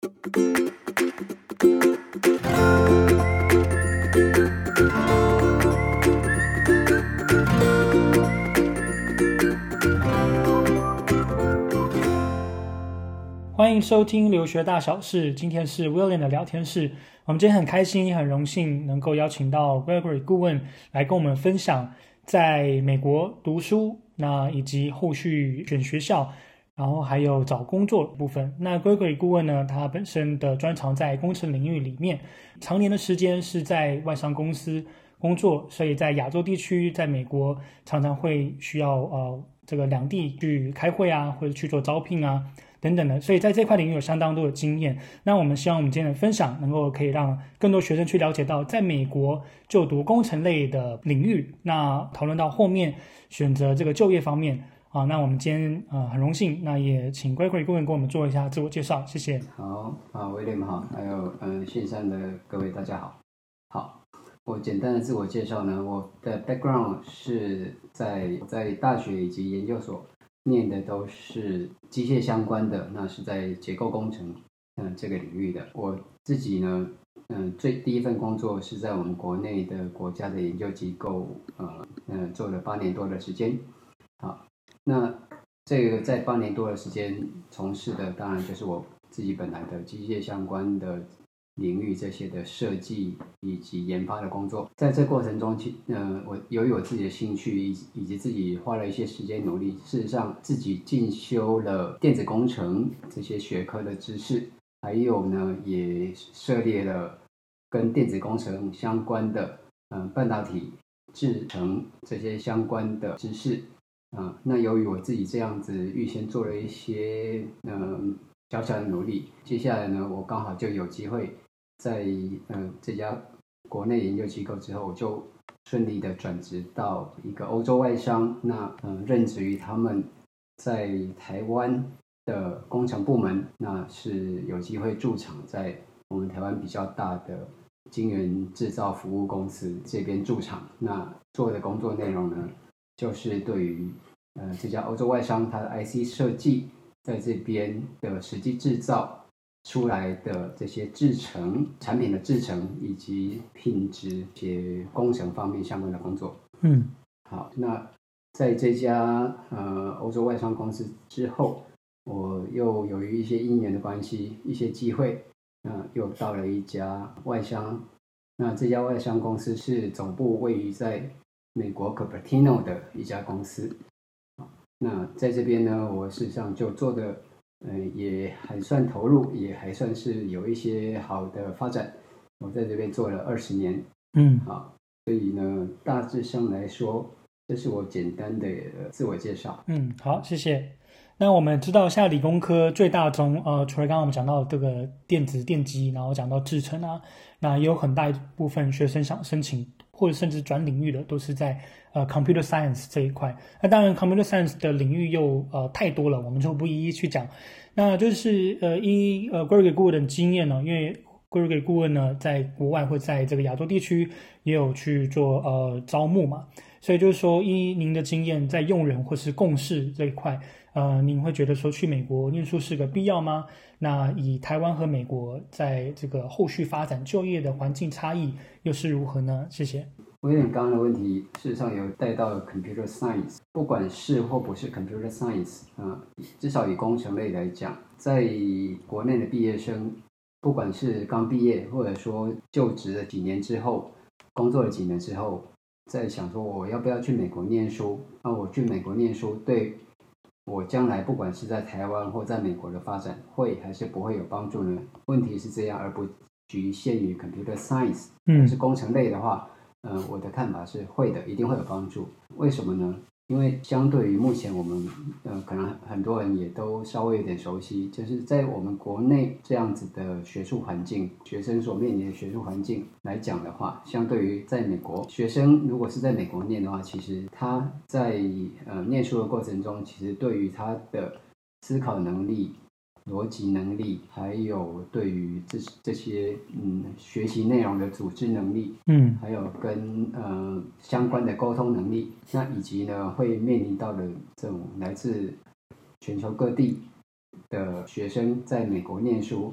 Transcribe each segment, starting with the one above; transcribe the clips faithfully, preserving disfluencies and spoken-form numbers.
欢迎收听留学大小事，今天是 William 的聊天室。我们今天很开心也很荣幸能够邀请到 Gregory 顾问来跟我们分享在美国读书，那以及后续选学校，然后还有找工作的部分。那 Gregory 顾问呢，他本身的专长在工程领域里面，常年的时间是在外商公司工作，所以在亚洲地区，在美国常常会需要呃这个两地去开会啊，或者去做招聘啊等等的，所以在这块领域有相当多的经验。那我们希望我们今天的分享能够可以让更多学生去了解到在美国就读工程类的领域，那讨论到后面选择这个就业方面啊。那我们今天呃很荣幸，那也请 Gregory 顾问给我们做一下自我介绍，谢谢。 好啊，威廉好，还有嗯、呃、线上的各位大家好。好，我简单的自我介绍呢，我的 background 是在在大学以及研究所念的都是机械相关的，那是在结构工程嗯这个领域的。我自己呢，嗯最第一份工作是在我们国内的国家的研究机构，呃呃做了八年多的时间。好，那这个在八年多的时间从事的，当然就是我自己本来的机械相关的领域这些的设计以及研发的工作。在这过程中，呃，我由于我自己的兴趣以以及自己花了一些时间努力，事实上自己进修了电子工程这些学科的知识，还有呢，也涉猎了跟电子工程相关的，呃，半导体制程这些相关的知识。啊、呃，那由于我自己这样子预先做了一些呃小小的努力，接下来呢，我刚好就有机会。在呃这家国内研究机构之后，我就顺利的转职到一个欧洲外商，那呃任职于他们在台湾的工程部门，那是有机会驻场在我们台湾比较大的晶圆制造服务公司这边驻场。那做的工作内容呢，就是对于呃这家欧洲外商它的 I C 设计在这边的实际制造出来的这些制程产品的制程以及品质些工程方面相关的工作。 嗯， 好，那在这家呃欧洲外商公司之后，我又由于一些因缘的关系，一些机会，那又到了一家外商。那这家外商公司是总部位于在美国 Cupertino 的一家公司。那在这边呢，我事实上就做的嗯，也还算投入，也还算是有一些好的发展。我在这边做了二十年， 嗯， 好，所以呢，大致上来说，这是我简单的自我介绍。 嗯，好，谢谢。那我们知道，现在理工科最大宗，呃，除了刚刚我们讲到这个电子电机，然后讲到制程啊，那也有很大一部分学生想申请或者甚至转领域的，都是在呃 computer science 这一块。那当然 computer science 的领域又呃太多了，我们就不一一去讲。那就是呃依呃 Gregory 顾问的经验呢，因为 Gregory 顾问呢在国外或在这个亚洲地区也有去做呃招募嘛，所以就是说依您的经验，在用人或是共事这一块。呃，您会觉得说去美国念书是个必要吗？那以台湾和美国在这个后续发展就业的环境差异又是如何呢？谢谢。 威廉刚刚的问题，事实上有带到 computer science， 不管是或不是 computer science， 啊、呃，至少以工程类来讲，在国内的毕业生，不管是刚毕业，或者说就职了几年之后，工作了几年之后，在想说我要不要去美国念书？那我去美国念书对我将来不管是在台湾或在美国的发展会还是不会有帮助呢？问题是这样，而不局限于 computer science。嗯，是工程类的话，呃，我的看法是会的，一定会有帮助。为什么呢？因为相对于目前我们，呃，可能很多人也都稍微有点熟悉，就是在我们国内这样子的学术环境，学生所面临的学术环境来讲的话，相对于在美国，学生如果是在美国念的话，其实他在呃念书的过程中，其实对于他的思考能力、逻辑能力，还有对于这这些嗯学习内容的组织能力，嗯，还有跟呃相关的沟通能力，那以及呢会面临到的这种来自全球各地的学生在美国念书，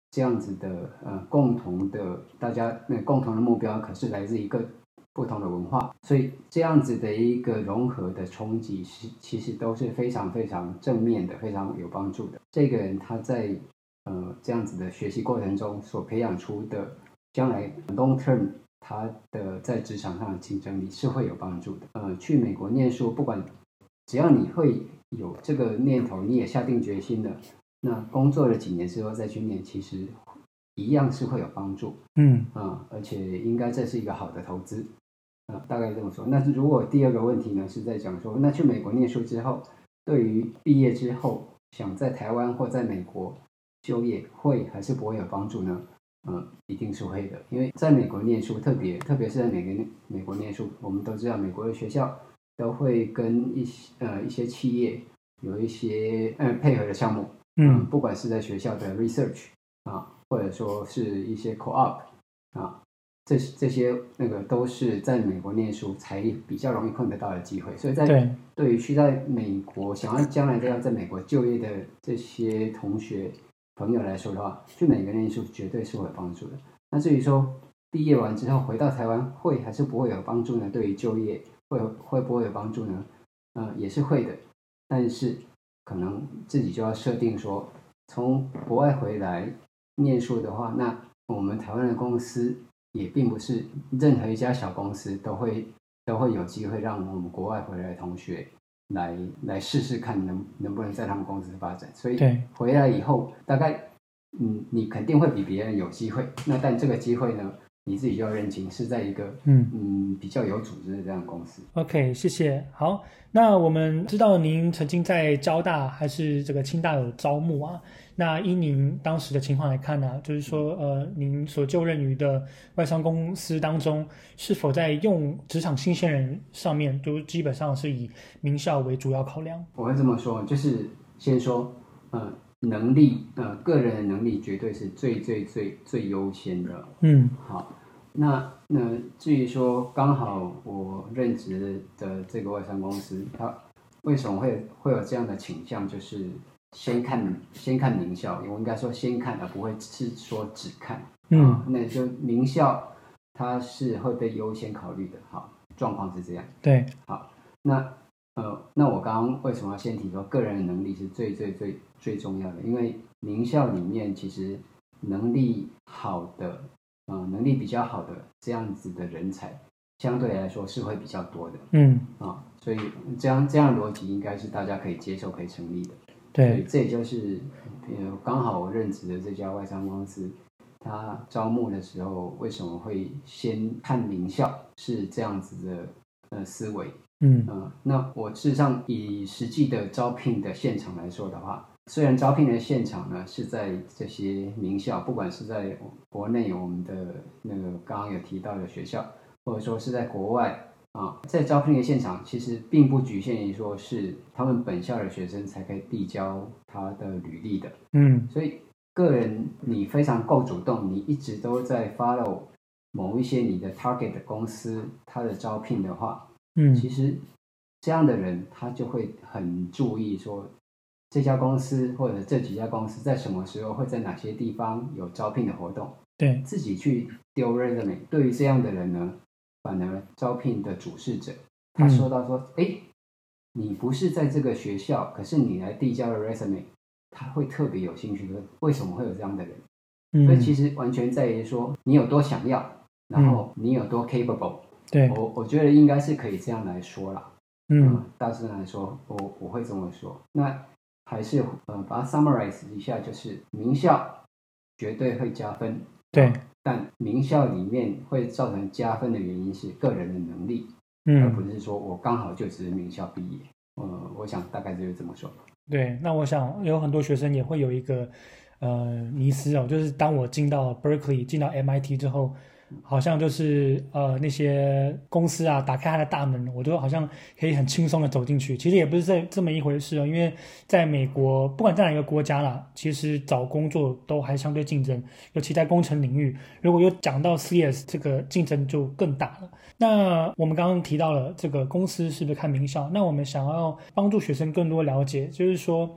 这样子的呃共同的大家那共同的目标，可是来自一个不同的文化，所以这样子的一个融合的冲击是其实都是非常非常正面的，非常有帮助的。这个人他在呃这样子的学习过程中所培养出的将来 long term 他的在职场上的竞争力是会有帮助的。呃，去美国念书，不管只要你会有这个念头，你也下定决心了，那工作了几年之后再去念，其实一样是会有帮助。 嗯啊、呃，而且应该这是一个好的投资。啊、呃，大概这么说。那如果第二个问题呢，是在讲说，那去美国念书之后，对于毕业之后想在台湾或在美国就业，会还是不会有帮助呢？嗯，一定是会的，因为在美国念书，特别特别是在美国美国念书，我们都知道美国的学校都会跟一些呃一些企业有一些呃配合的项目，嗯、呃，不管是在学校的 research 啊，或者说是一些 co-op 啊，这这些那个都是在美国念书才比较容易碰得到的机会，所以在对对于去在美国想要将来都要在美国就业的这些同学朋友来说的话，去美国念书绝对是会有帮助的。那至于说毕业完之后回到台湾会还是不会有帮助呢？对于就业会会不会有帮助呢？呃，也是会的，但是可能自己就要设定说，从国外回来念书的话，那我们台湾的公司也并不是任何一家小公司都会都会有机会让我们国外回来的同学来来试试看能能不能在他们公司发展，所以回来以后大概嗯你肯定会比别人有机会，那但这个机会呢，你自己就要认清是在一个嗯嗯比较有组织的这样的公司。 OK， 谢谢。好，那我们知道您曾经在交大还是这个清大有招募啊，那依您当时的情况来看呢、啊，就是说呃您所就任于的外商公司当中，是否在用职场新鲜人上面就基本上是以名校为主要考量？ 我会这么说，就是先说呃能力，呃个人的能力绝对是最最最最优先的。 嗯， 好，那那至于说刚好我任职的这个外商公司，它为什么会会有这样的倾向，就是先看先看名校，我应该说先看，而不会是说只看。 嗯、 啊，那就名校它是会被优先考虑的。好，状况是这样。 对， 好，那呃，那我刚刚为什么要先提说个人的能力是最最最最重要的？因为名校里面其实能力好的，呃，能力比较好的这样子的人才，相对来说是会比较多的。 嗯啊，所以这样这样的逻辑应该是大家可以接受、可以成立的。 对， 所以这也就是呃刚好我任职的这家外商公司，它招募的时候为什么会先看名校，是这样子的呃思维。 嗯呃，那我事实上以实际的招聘的现场来说的话，虽然招聘的现场呢是在这些名校，不管是在国内我们的那个刚刚有提到的学校，或者说是在国外啊，在招聘的现场其实并不局限于说是他们本校的学生才可以递交他的履历的。 嗯， 所以个人你非常够主动，你一直都在 follow 某一些你的 target 的公司它的招聘的话， 嗯， 其实这样的人他就会很注意说这家公司或者这几家公司在什么时候会在哪些地方有招聘的活动， 对， 自己去丢 resume。 对于这样的人呢，反而招聘的主事者他说到说哎、嗯，你不是在这个学校，可是你来递交的 resume， 他会特别有兴趣的。为什么会有这样的人？嗯、所以其实完全在于说你有多想要，然后你有多 capable。 对， 我我觉得应该是可以这样来说啦。 嗯， 呃、大致来说，我我会这么说。那还是呃把它 summarize 一下，就是名校绝对会加分， 对， 但名校里面会造成加分的原因是个人的能力， 嗯， 而不是说我刚好就只是名校毕业。呃，我想大概就是这么说。 对，那我想有很多学生也会有一个呃迷思哦，就是当我进到 Berkeley 进到 M I T 之后，好像就是呃那些公司啊打开它的大门，我都好像可以很轻松的走进去。其实也不是这这么一回事哦，因为在美国不管在哪一个国家啦，其实找工作都还相对竞争，尤其在工程领域，如果有讲到 C S 这个竞争就更大了。那我们刚刚提到了这个公司是不是看名校，那我们想要帮助学生更多了解，就是说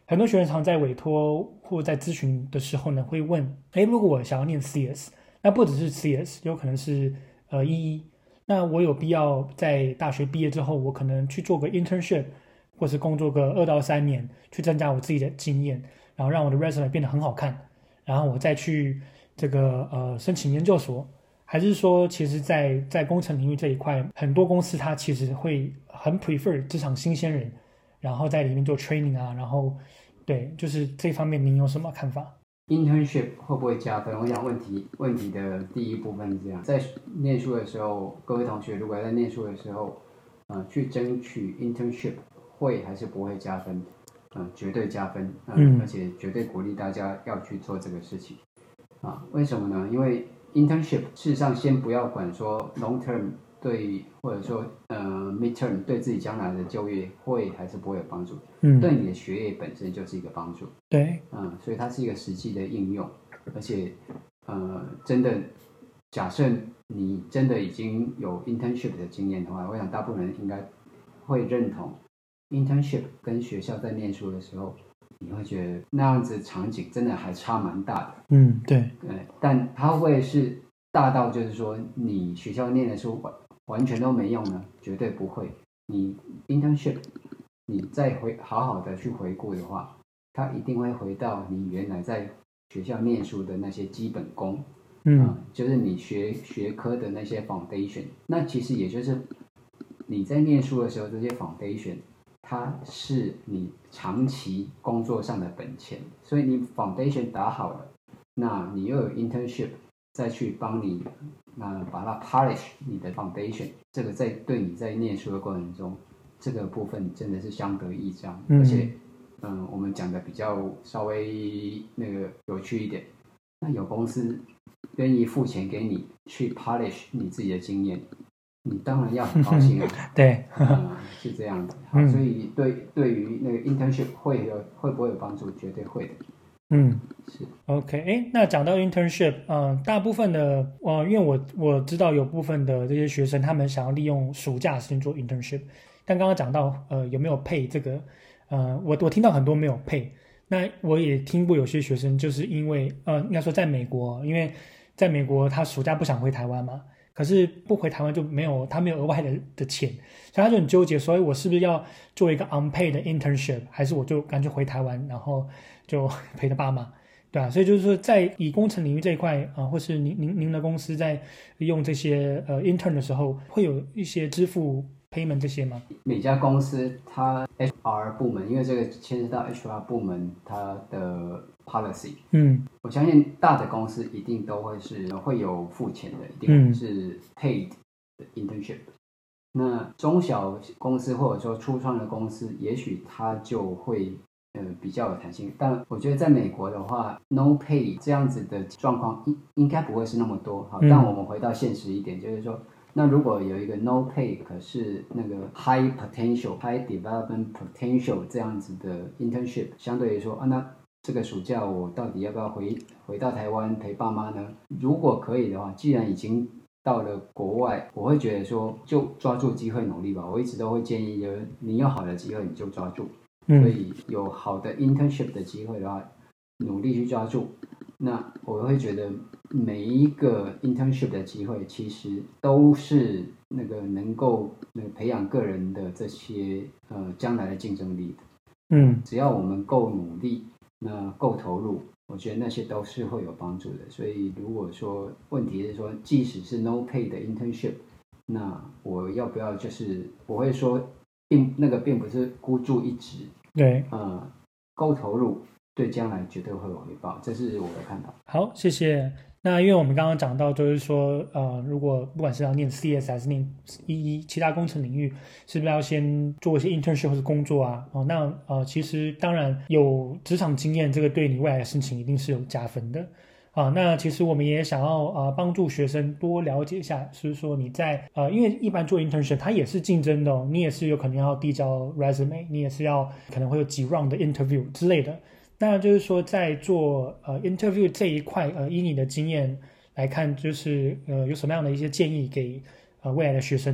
很多学生常在委托或在咨询的时候呢，会问：哎，如果我想要念 C S， 那不只是 C S， 有可能是呃 E E， 那我有必要在大学毕业之后，我可能去做个 internship， 或是工作个二到三年，去增加我自己的经验，然后让我的 resume 变得很好看，然后我再去这个呃申请研究所。还是说，其实在，在在工程领域这一块，很多公司它其实会很 prefer 职场新鲜人，然后在里面做 training 啊，然后对，就是这方面您有什么看法 ？Internship 会不会加分？我想问题问题的第一部分是这样：在念书的时候，各位同学如果在念书的时候，呃，去争取 internship 会还是不会加分？呃，绝对加分，呃、嗯，而且绝对鼓励大家要去做这个事情啊。为什么呢？因为internship 事实上先不要管说 long term 对或者说呃 mid term 对自己将来的就业会还是不会有帮助，嗯，对你的学业本身就是一个帮助， 对， 嗯，所以它是一个实际的应用，而且呃真的假设你真的已经有 internship 的经验的话，我想大部分人应该会认同 internship 跟学校在念书的时候。你会觉得那样子场景真的还差蛮大的， 嗯，对， 对，但它会不会是大到就是说你学校念的书完完全都没用呢？绝对不会。你 internship， 你再回好好的去回顾的话，它一定会回到你原来在学校念书的那些基本功，嗯，呃、就是你学学科的那些 foundation。那其实也就是你在念书的时候，这些 foundation。它是你长期工作上的本钱，所以你 foundation 打好了，那你又有 internship 再去帮你，那把它 polish 你的 foundation， 这个在对你在念书的过程中，这个部分真的是相得益彰，嗯、而且，嗯，我们讲的比较稍微那个有趣一点，那有公司愿意付钱给你去 polish 你自己的经验。你当然要很高兴啊， 对、 呃，是这样的。好，所以对对于那个 internship 会有会不会有帮助？绝对会的。 嗯， 是 OK。哎，那讲到 internship， 嗯、呃，大部分的，呃，因为我我知道有部分的这些学生，他们想要利用暑假时间做 internship， 但刚刚讲到，呃，有没有配这个？呃，我我听到很多没有配。那我也听过有些学生就是因为，呃，应该说在美国，因为在美国他暑假不想回台湾嘛。可是不回台湾就没有他没有额外的的钱，所以他就很纠结，所以我是不是要做一个 unpaid 的 internship， 还是我就干脆回台湾，然后就陪着爸妈，对啊，所以就是说，在以工程领域这一块啊、呃，或是您您您的公司在用这些呃 intern 的时候，会有一些支付 payment 这些吗？ 每家公司它 H R 部门，因为这个牵涉到 H R 部门它的 policy， 嗯，我相信大的公司一定都会是会有付钱的，一定是 paid 的 internship。那中小公司或者说初创的公司，也许它就会呃比较有弹性。但我觉得在美国的话 ，no pay 这样子的状况应应该不会是那么多。好，但我们回到现实一点，就是说。那如果有一个 no pay 可是那个 high potential high development potential 这样子的 internship， 相对于说啊，那这个暑假我到底要不要回回到台湾陪爸妈呢？如果可以的话，既然已经到了国外，我会觉得说就抓住机会努力吧。我一直都会建议，就是你有好的机会你就抓住，嗯、所以有好的 internship 的机会的话，努力去抓住。那我会觉得每一个 internship 的机会其实都是那个能够那个培养个人的这些呃将来的竞争力的。嗯，只要我们够努力，那够投入，我觉得那些都是会有帮助的。所以如果说问题是说，即使是 no pay 的 internship， 那我要不要就是我会说，并那个并不是孤注一掷，对，呃，够投入。对将来绝对会有回报，这是我的看法。 好，谢谢。那因为我们刚刚讲到，就是说，呃，如果不管是要念 C S 还是念 E E 其他工程领域，是不是要先做一些 internship 或者工作啊？哦，那呃，其实当然有职场经验，这个对你未来的申请一定是有加分的。啊，那其实我们也想要呃帮助学生多了解一下，就是说你在呃，因为一般做 internship 它也是竞争的哦，你也是有可能要递交 resume， 你也是要可能会有几 round 的 interview 之类的。那就是说，在做呃 interview 这一块，呃，以你的经验来看，就是呃有什么样的一些建议给呃未来的学生呢？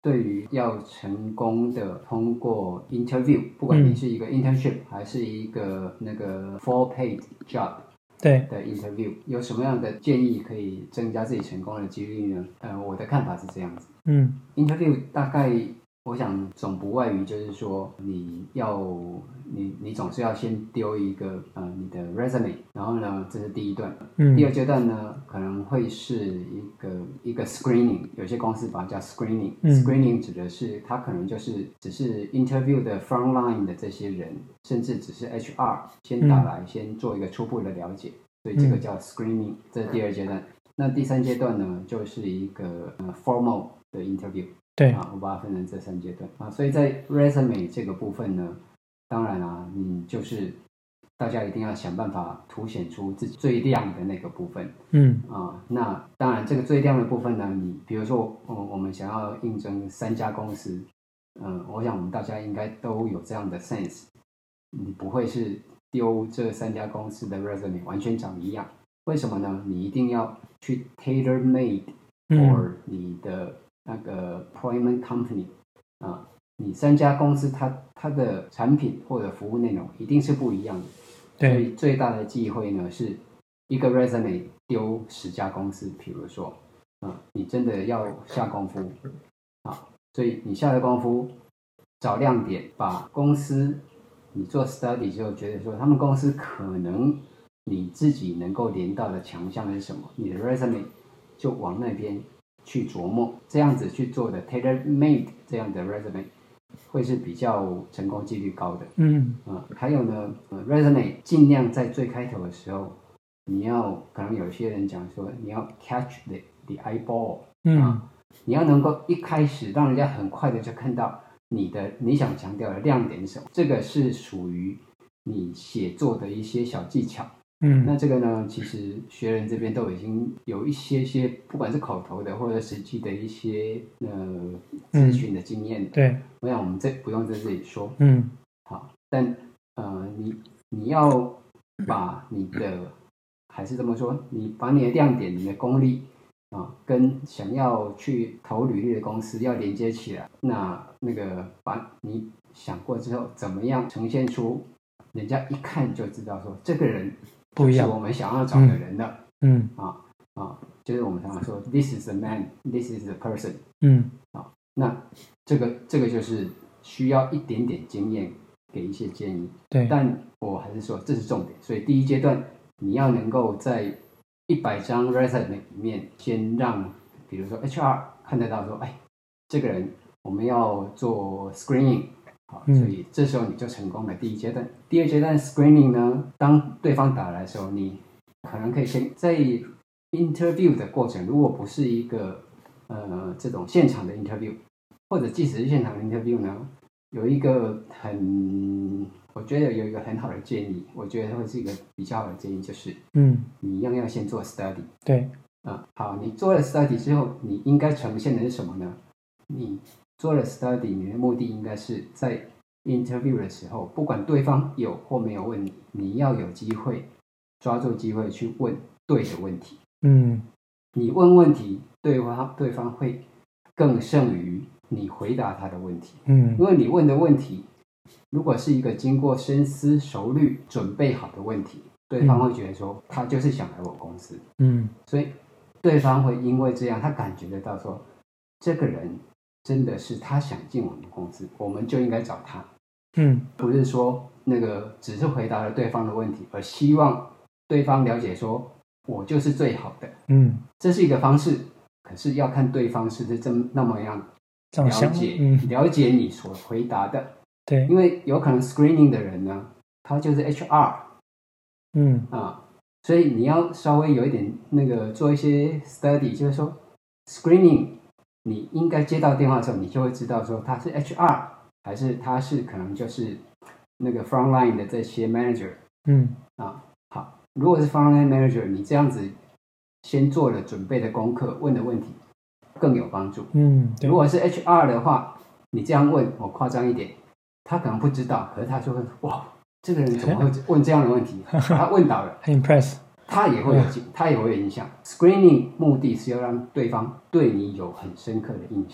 对于要成功的通过 interview， 不管你是一个 internship、嗯、还是一个那个 full paid job 对的 interview， 有什么样的建议可以增加自己成功的几率呢？呃，我的看法是这样子。 嗯 interview 大概我想总不外于就是说你要你你总是要先丢一个呃你的 resume， 然后呢这是第一段，嗯，第二阶段呢可能会是一个一个 screening， 有些公司把它叫 screening， 嗯 screening 指的是它可能就是只是 interview 的 frontline 的这些人，甚至只是 H R 先打来、嗯、先做一个初步的了解，所以这个叫 screening， 这是第二阶段。那第三阶段呢就是一个、呃、formal 的 interview， 对啊，我把它分成这三阶段啊，所以在 resume 这个部分呢，当然啊，你就是大家一定要想办法凸显出自己最亮的那个部分，嗯啊，那当然这个最亮的部分呢，你比如说，嗯，我们想要应征三家公司，嗯，我想我们大家应该都有这样的 sense， 你不会是丢这三家公司的 resume 完全长一样，为什么呢？你一定要去 tailor made for 你的、嗯那个 employment company 啊，你三家公司它它的产品或者服务内容一定是不一样的，所以最大的忌讳呢是一个 resume 丢十家公司，比如说啊，你真的要下功夫啊，所以你下的功夫找亮点，把公司你做 study 之后觉得说他们公司可能你自己能够连到的强项是什么，你的 resume 就往那边去琢磨，这样子去做的 tailor made 这样的 resume 会是比较成功几率高的。嗯、呃、还有呢、呃、resume 尽量在最开头的时候，你要可能有些人讲说你要 catch the, the eyeball， 嗯、呃，你要能够一开始让人家很快的就看到你的你想强调的亮点是什么，这个是属于你写作的一些小技巧。嗯，那这个呢，其实学人这边都已经有一些些，不管是口头的或者实际的一些呃咨询的经验、嗯。对，我想我们这不用在这里说。嗯，好，但呃，你你要把你的还是这么说，你把你的亮点、你的功力啊，跟想要去投履历的公司要连接起来。那那个把你想过之后，怎么样呈现出人家一看就知道说这个人。不一样，是我们想要找的人的，嗯，嗯啊啊，就是我们常常说 ，this is the man, this is the person， 嗯，啊，那这个这个就是需要一点点经验给一些建议，对，但我还是说这是重点，所以第一阶段你要能够在一百张 resume 里面先让，比如说 H R 看得到说，哎，这个人我们要做 screening。好，所以这时候你就成功了第一阶段。第二阶段 screening 呢，当对方打来的时候，你可能可以先在 interview 的过程，如果不是一个呃这种现场的 interview， 或者即使是现场的 interview 呢，有一个很，我觉得有一个很好的建议，我觉得会是一个比较好的建议，就是嗯，你一样要先做 study。对，啊、呃，好，你做了 study 之后，你应该呈现的是什么呢？你做了 study， 你的目的应该是在 interview 的时候，不管对方有或没有问你，你要有机会抓住机会去问对的问题。嗯，你问问题，对方对方会更胜于你回答他的问题。嗯，因为你问的问题，如果是一个经过深思熟虑准备好的问题，对方会觉得说他就是想来我公司。嗯，所以对方会因为这样，他感觉得到说这个人。真的是他想进我们公司，我们就应该找他。嗯，不是说那个只是回答了对方的问题，而希望对方了解说我就是最好的。嗯，这是一个方式，可是要看对方是不是这么那么样了解、嗯、了解你所回答的。对，因为有可能 screening 的人呢，他就是 H R。嗯啊，所以你要稍微有一点那个做一些 study， 就是说 screening。你应该接到电话的时候，你就会知道说他是 H R 还是他是可能就是那个 frontline 的这些 manager。嗯啊，好，如果是 frontline manager， 你这样子先做了准备的功课，问的问题更有帮助。嗯，如果是 H R 的话，你这样问，我夸张一点，他可能不知道，可是他就会哇，这个人怎么会问这样的问题？他问到了，很 impress。他也会有，他也会有影响。Screening 目的是要让对方对你有很深刻的印象。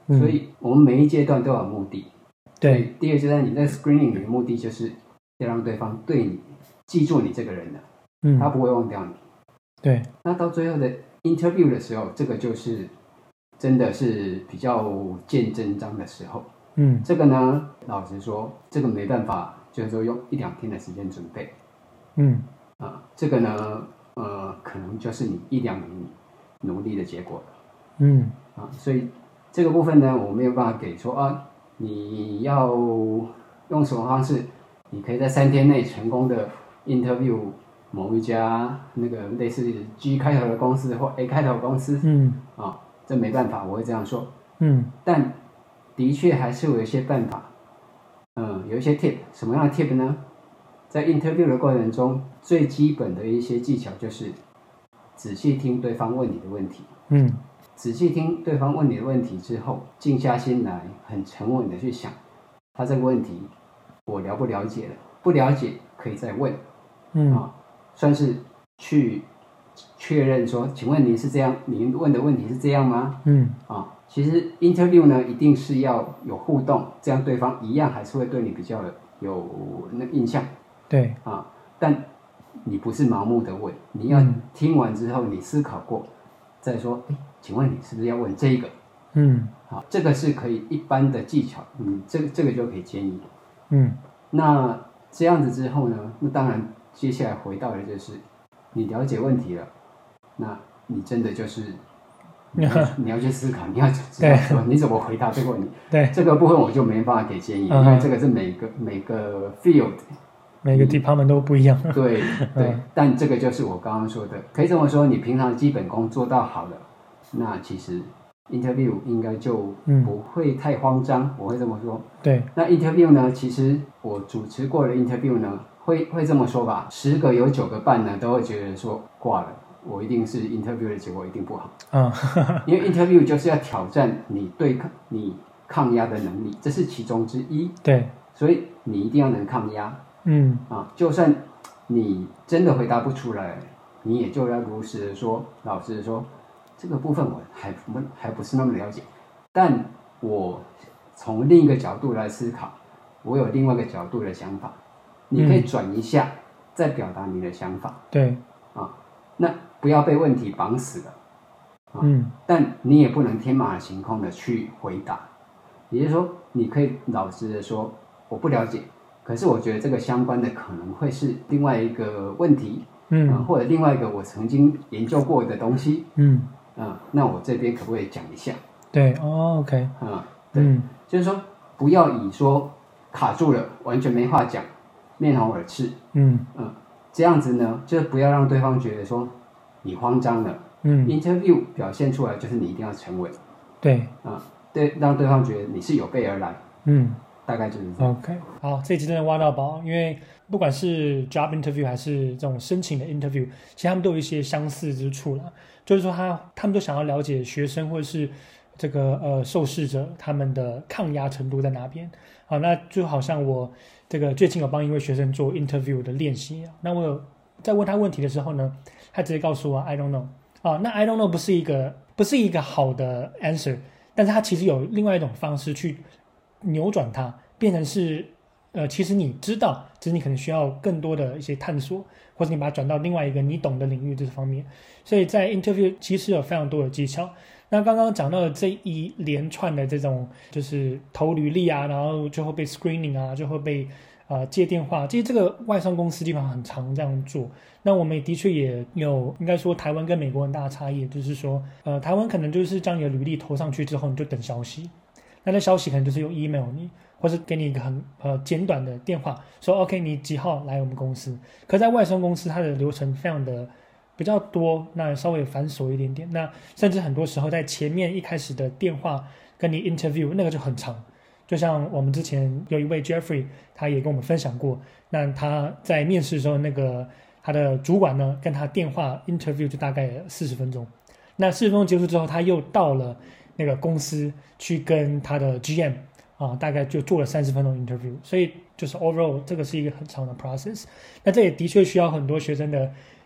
嗯、 所以我们每一阶段都有目的。 对， 第二阶段你在 screening 的目的就是要让对方对你记住你这个人的，嗯，他不会忘掉你。 对， 那到最后的 interview 的时候，这个就是真的是比较见真章的时候。嗯，这个呢，老实说，这个没办法，就是说用一两天的时间准备。嗯，啊，这个呢，呃，可能就是你一两年努力的结果了。嗯，啊，所以这个部分呢，我没有办法给说啊，你要用什么方式，你可以在三天内成功的 interview 某一家那个类似 G 开头的公司或 A 开头的公司。嗯，啊，这没办法，我会这样说。嗯，但的确还是有一些办法。嗯，有一些 tip， 什么样的 tip 呢？在 interview 的过程中，最基本的一些技巧就是仔细听对方问你的问题。嗯，仔细听对方问你的问题之后，静下心来，很沉稳的去想，他这个问题我了不了解了？不了解可以再问。嗯，啊，算是去确认说，请问您是这样？您问的问题是这样吗？嗯，啊，其实 interview 呢，一定是要有互动，这样对方一样还是会对你比较有那印象。对，啊，但你不是盲目的问，你要听完之后你思考过，嗯、再说，哎，请问你是不是要问这个？嗯，好，这个是可以一般的技巧，嗯，这个这个就可以建议。嗯，那这样子之后呢，那当然接下来回到的就是你了解问题了，那你真的就是你 要, 你要去思考，你要知道说你怎么回答这个问题。对，这个部分我就没办法给建议，嗯、因为这个是每个每个 field。 每个 department 都不一样。 对对、嗯，但这个就是我刚刚说的，可以这么说，你平常基本功做到好了，那其实 interview 应该就不会太慌张、嗯，我会这么说。对，那 interview 呢，其实我主持过的 interview 呢，会会这么说吧，十个有九个半呢都会觉得说挂了，我一定是 interview 的结果一定不好。嗯，因为 interview 就是要挑战你对抗你抗压的能力，这是其中之一。对，所以你一定要能抗压。嗯啊，就算你真的回答不出来，你也就要如实的说，老实的说，这个部分我还不还不是那么了解，但我从另一个角度来思考，我有另外一个角度的想法，你可以转一下，嗯、再表达你的想法。对，啊，那不要被问题绑死了。啊、嗯，但你也不能天马行空的去回答，也就是说，你可以老实的说，我不了解。可是我觉得这个相关的可能会是另外一个问题，嗯、呃，或者另外一个我曾经研究过的东西，嗯，啊、呃，那我这边可不可以讲一下？对，哦 ，OK， 啊、呃，对、嗯，就是说不要以说卡住了，完全没话讲，面红耳赤，嗯嗯、呃，这样子呢，就是不要让对方觉得说你慌张了，嗯 ，interview 表现出来就是你一定要沉稳，对，啊、呃，对，让对方觉得你是有备而来，嗯。大概就是这样。 OK， 好，这一集真的挖到宝，因为不管是 job interview 还是这种申请的 interview， 其实他们都有一些相似之处啦。就是说他他们都想要了解学生或者是这个呃受试者他们的抗压程度在哪边。好，那就好像我这个最近有帮一位学生做 interview 的练习，那我有在问他问题的时候呢，他直接告诉我 I don't know。啊，那 I don't know 不是一个不是一个好的 answer， 但是他其实有另外一种方式去扭转它，变成是，呃，其实你知道，只是你可能需要更多的一些探索，或者你把它转到另外一个你懂的领域这方面。所以在 interview 其实有非常多的技巧。那刚刚讲到的这一连串的这种，就是投履历啊，然后最后被 screening 啊，最后被呃接电话，其实这个外商公司基本上很常这样做。那我们也的确也有，应该说台湾跟美国很大的差异，就是说，呃，台湾可能就是将你的履历投上去之后，你就等消息。那那消息可能就是用 email 你，或是给你一个很呃简短的电话，说 OK 你几号来我们公司。可在外商公司，它的流程非常的比较多，那稍微繁琐一点点。那甚至很多时候在前面一开始的电话跟你 interview 那个就很长。就像我们之前有一位 Jeffrey， 他也跟我们分享过，那他在面试的时候，那个他的主管呢跟他电话 interview 就大概四十分钟。那四十分钟结束之后，他又到了那个公司去跟他的 G M 啊，大概就做了三十分钟 interview， 所以就是 overall 这个是一个很长的 process。那这也的确需要很多学生的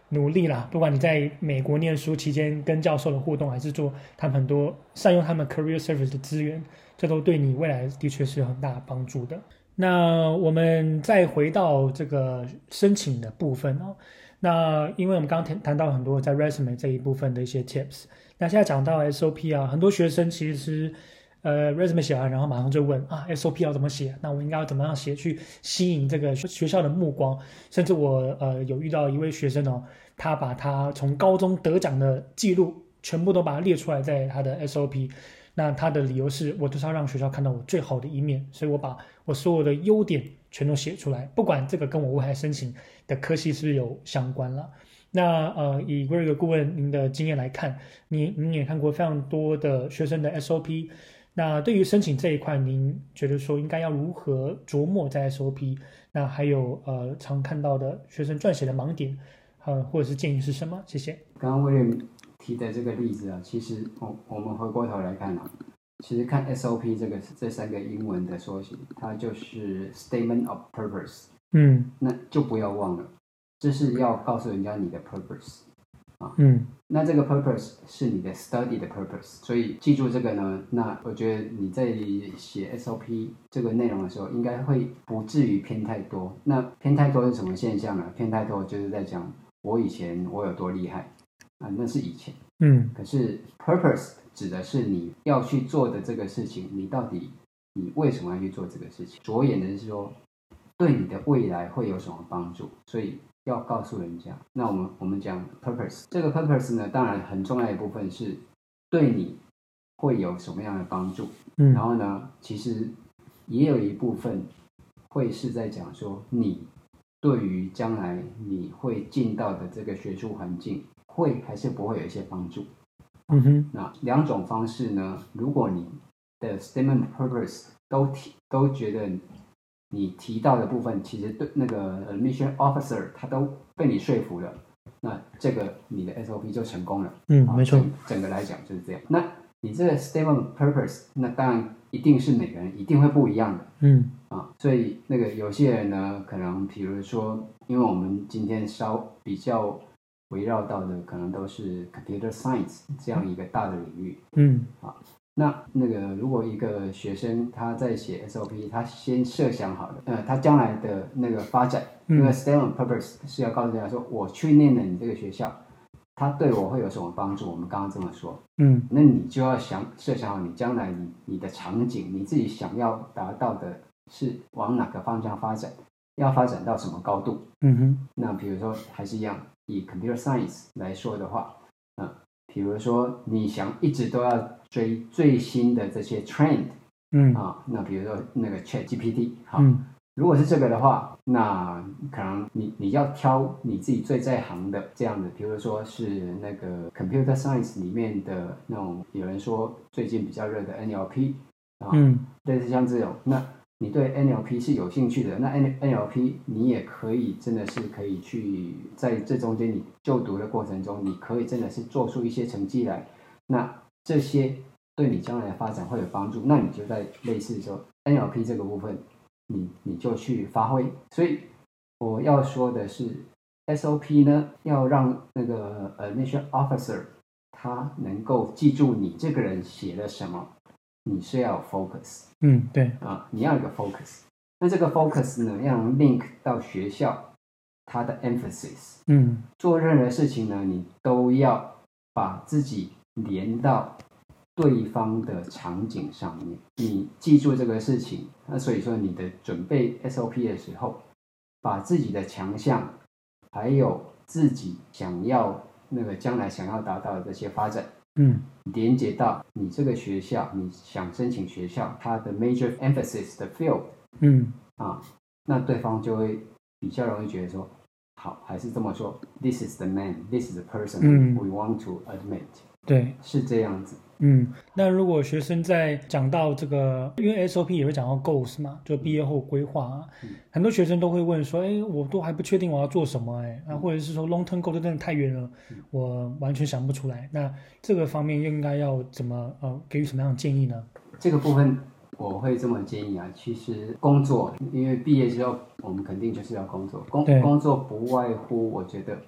努力啦，不管你在美国念书期间跟教授的互动，还是做他们很多善用他们 career service 的资源，这都对你未来的确是有很大的帮助的。那我们再回到这个申请的部分哦。那因为我们刚刚谈到很多在 resume 这一部分的一些 tips， 那现在讲到 S O P 啊，很多学生其实呃 resume 写完，然后马上就问啊 S O P 要怎么写？那我应该要怎么样写去吸引这个学校的目光？甚至我呃有遇到一位学生哦，他把他从高中得奖的记录全部都把它列出来在他的 S O P。那他的理由是我就是要让学校看到我最好的一面，所以我把我所有的优点全都写出来，不管这个跟我未来申请的科系是不是有相关了。那呃，以 Greg 顾问您的经验来看，您您也看过非常多的学生的 S O P， 那对于申请这一块，您觉得说应该要如何琢磨在 S O P？ 那还有呃常看到的学生撰写的盲点，呃或者是建议是什么？谢谢。 刚刚 William 提的这个例子啊，其实我我们回过头来看啊，其实看 S O P 这个这三个英文的缩写，它就是 Statement of Purpose。 嗯， 那就不要忘了，这是要告诉人家你的 purpose 啊。 嗯， 那这个 purpose 是你的 study 的 purpose， 所以记住这个呢。那我觉得你在写 S O P 这个内容的时候，应该会不至于偏太多。那偏太多是什么现象呢？偏太多就是在讲我以前我有多厉害啊，那是以前。 嗯， 可是 purpose 指的是你要去做的这个事情，你到底你为什么要去做这个事情？着眼的是说对你的未来会有什么帮助，所以要告诉人家。那我们我们讲 purpose， 这个 purpose 呢，当然很重要的一部分是对你会有什么样的帮助。嗯，然后呢，其实也有一部分会是在讲说你对于将来你会进到的这个学术环境，会还是不会有一些帮助。 嗯哼， 那两种方式呢，如果你的 statement purpose 都提都觉得你提到的部分，其实对那个 admission officer 他都被你说服了，那这个你的 S O P 就成功了。 嗯，没错。 整, 整个来讲就是这样。那你这个 statement purpose， 那当然一定是每个人一定会不一样的。嗯啊，所以那个有些人呢，可能比如说，因为我们今天稍比较围绕到的，可能都是 computer science 这样一个大的领域。嗯啊。那那个，如果一个学生他在写 S O P， 他先设想好了，呃，他将来的那个发展，因为 statement purpose 是要告诉大家说，我去念了你这个学校，它对我会有什么帮助？我们刚刚这么说，嗯，那你就要想设想好你将来你你的场景，你自己想要达到的是往哪个方向发展，要发展到什么高度？嗯哼，那比如说还是一样，以 computer science 来说的话，嗯、呃，比如说你想一直都要追最新的这些 trend， 嗯啊，那比如说那个 Chat G P T， 好，嗯，如果是这个的话，那可能你你要挑你自己最在行的这样的，比如说是那个 computer science 里面的那种，有人说最近比较热的 N L P 啊，嗯，类似像这种，那你对 N L P 是有兴趣的，那 N L P 你也可以真的是可以去在这中间你就读的过程中，你可以真的是做出一些成绩来，那这些对你将来的发展会有帮助，那你就在类似说 N L P 这个部分，你你就去发挥。所以我要说的是 S O P 呢，要让那个呃那些 officer 他能够记住你这个人写了什么，你是要有 focus。 嗯，对啊，你要有一个 focus。那这个 focus 呢，要 link 到学校它的 emphasis。嗯，做任何事情呢，你都要把自己连到对方的场景上面，你记住这个事情。那所以说你的准备 S O P 的时候，把自己的强项，还有自己想要那个将来想要达到的这些发展，嗯，连接到你这个学校，你想申请学校它的 major emphasis 的 field， 嗯啊，那对方就会比较容易觉得说，好，还是这么说 ，this is the man, this is the person、嗯、we want to admit。 对， 是这样子。 嗯，那如果学生在讲到这个，因为 S O P 也会讲到 goals 嘛，就毕业后规划啊、嗯，很多学生都会问说，哎，我都还不确定我要做什么，哎，啊，或者是说 long term goal 真的太远了、嗯，我完全想不出来。那这个方面应该要怎么呃给予什么样的建议呢？ 这个部分我会这么建议啊，其实工作，因为毕业之后我们肯定就是要工作，工工作不外乎我觉得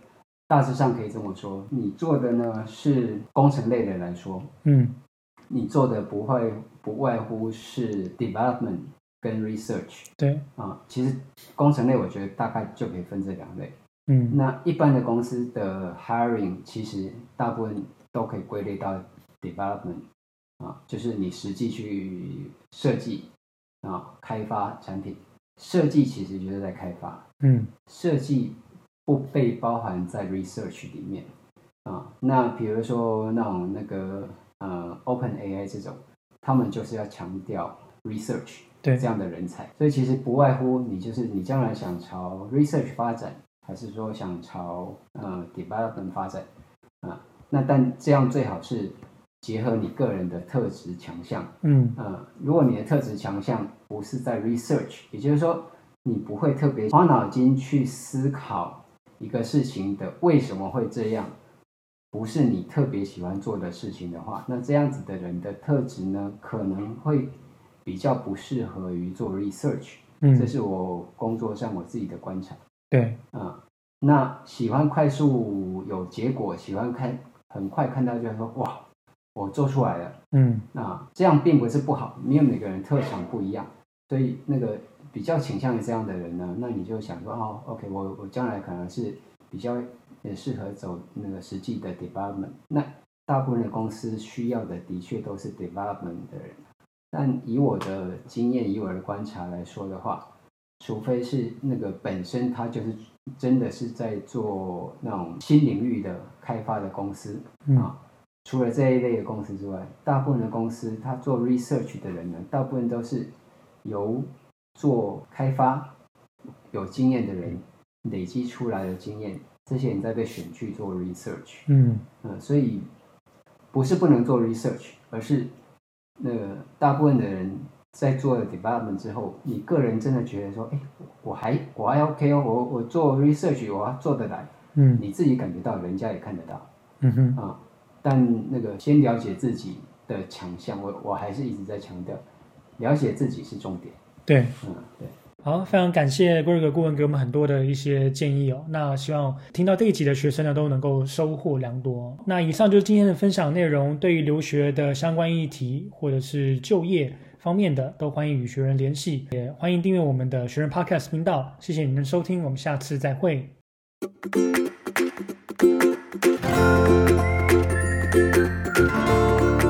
大致上可以这么说，你做的呢是工程类的来说， 嗯， 你做的不会不外乎是 development 跟 research。 对啊，其实工程类我觉得大概就可以分这两类。 嗯， 那一般的公司的 hiring 其实大部分都可以归类到 development 啊，就是你实际去设计啊，开发产品。设计其实就是在开发， 嗯， 设计不被包含在 research 里面啊。那比如说那种那个呃 OpenAI 这种，他们就是要强调 research 对这样的人才，所以其实不外乎你就是你将来想朝 research 发展，还是说想朝呃 development 发展啊？那但这样最好是结合你个人的特质强项， 嗯， 呃，如果你的特质强项不是在 research， 也就是说你不会特别花脑筋去思考一个事情的为什么会这样，不是你特别喜欢做的事情的话，那这样子的人的特质呢，可能会比较不适合于做 research。嗯，这是我工作上我自己的观察。 对， 啊、嗯，那喜欢快速有结果，喜欢看很快看到就是说哇，我做出来了。嗯，那这样并不是不好，因为每个人特长不一样，所以那个比较倾向于这样的人呢，那你就想说哦 ，OK， 我我将来可能是比较也适合走那个实际的 development。那大部分的公司需要的的确都是 development 的人，但以我的经验，以我的观察来说的话，除非是那个本身他就是真的是在做那种新领域的开发的公司、嗯、啊。除了这一类的公司之外，大部分的公司他做 research 的人呢，大部分都是由做开发有经验的人累积出来的经验，这些人在被选去做 research。嗯、呃、所以不是不能做 research， 而是那个大部分的人在做了 development 之后，你个人真的觉得说，哎，我还我还 OK 哦，我我做 research 我做得来，嗯，你自己感觉到，人家也看得到，嗯哼啊。但那个先了解自己的强项，我我还是一直在强调，了解自己是重点。 对， 嗯，对。 好，非常感谢 Greg 顾问给我们很多的一些建议哦。那希望听到这一集的学生呢都能够收获良多。那以上就是今天的分享内容。对于留学的相关议题或者是就业方面的，都欢迎与学人联系，也欢迎订阅我们的学人 Podcast 频道。谢谢您的收听，我们下次再会。Thank you.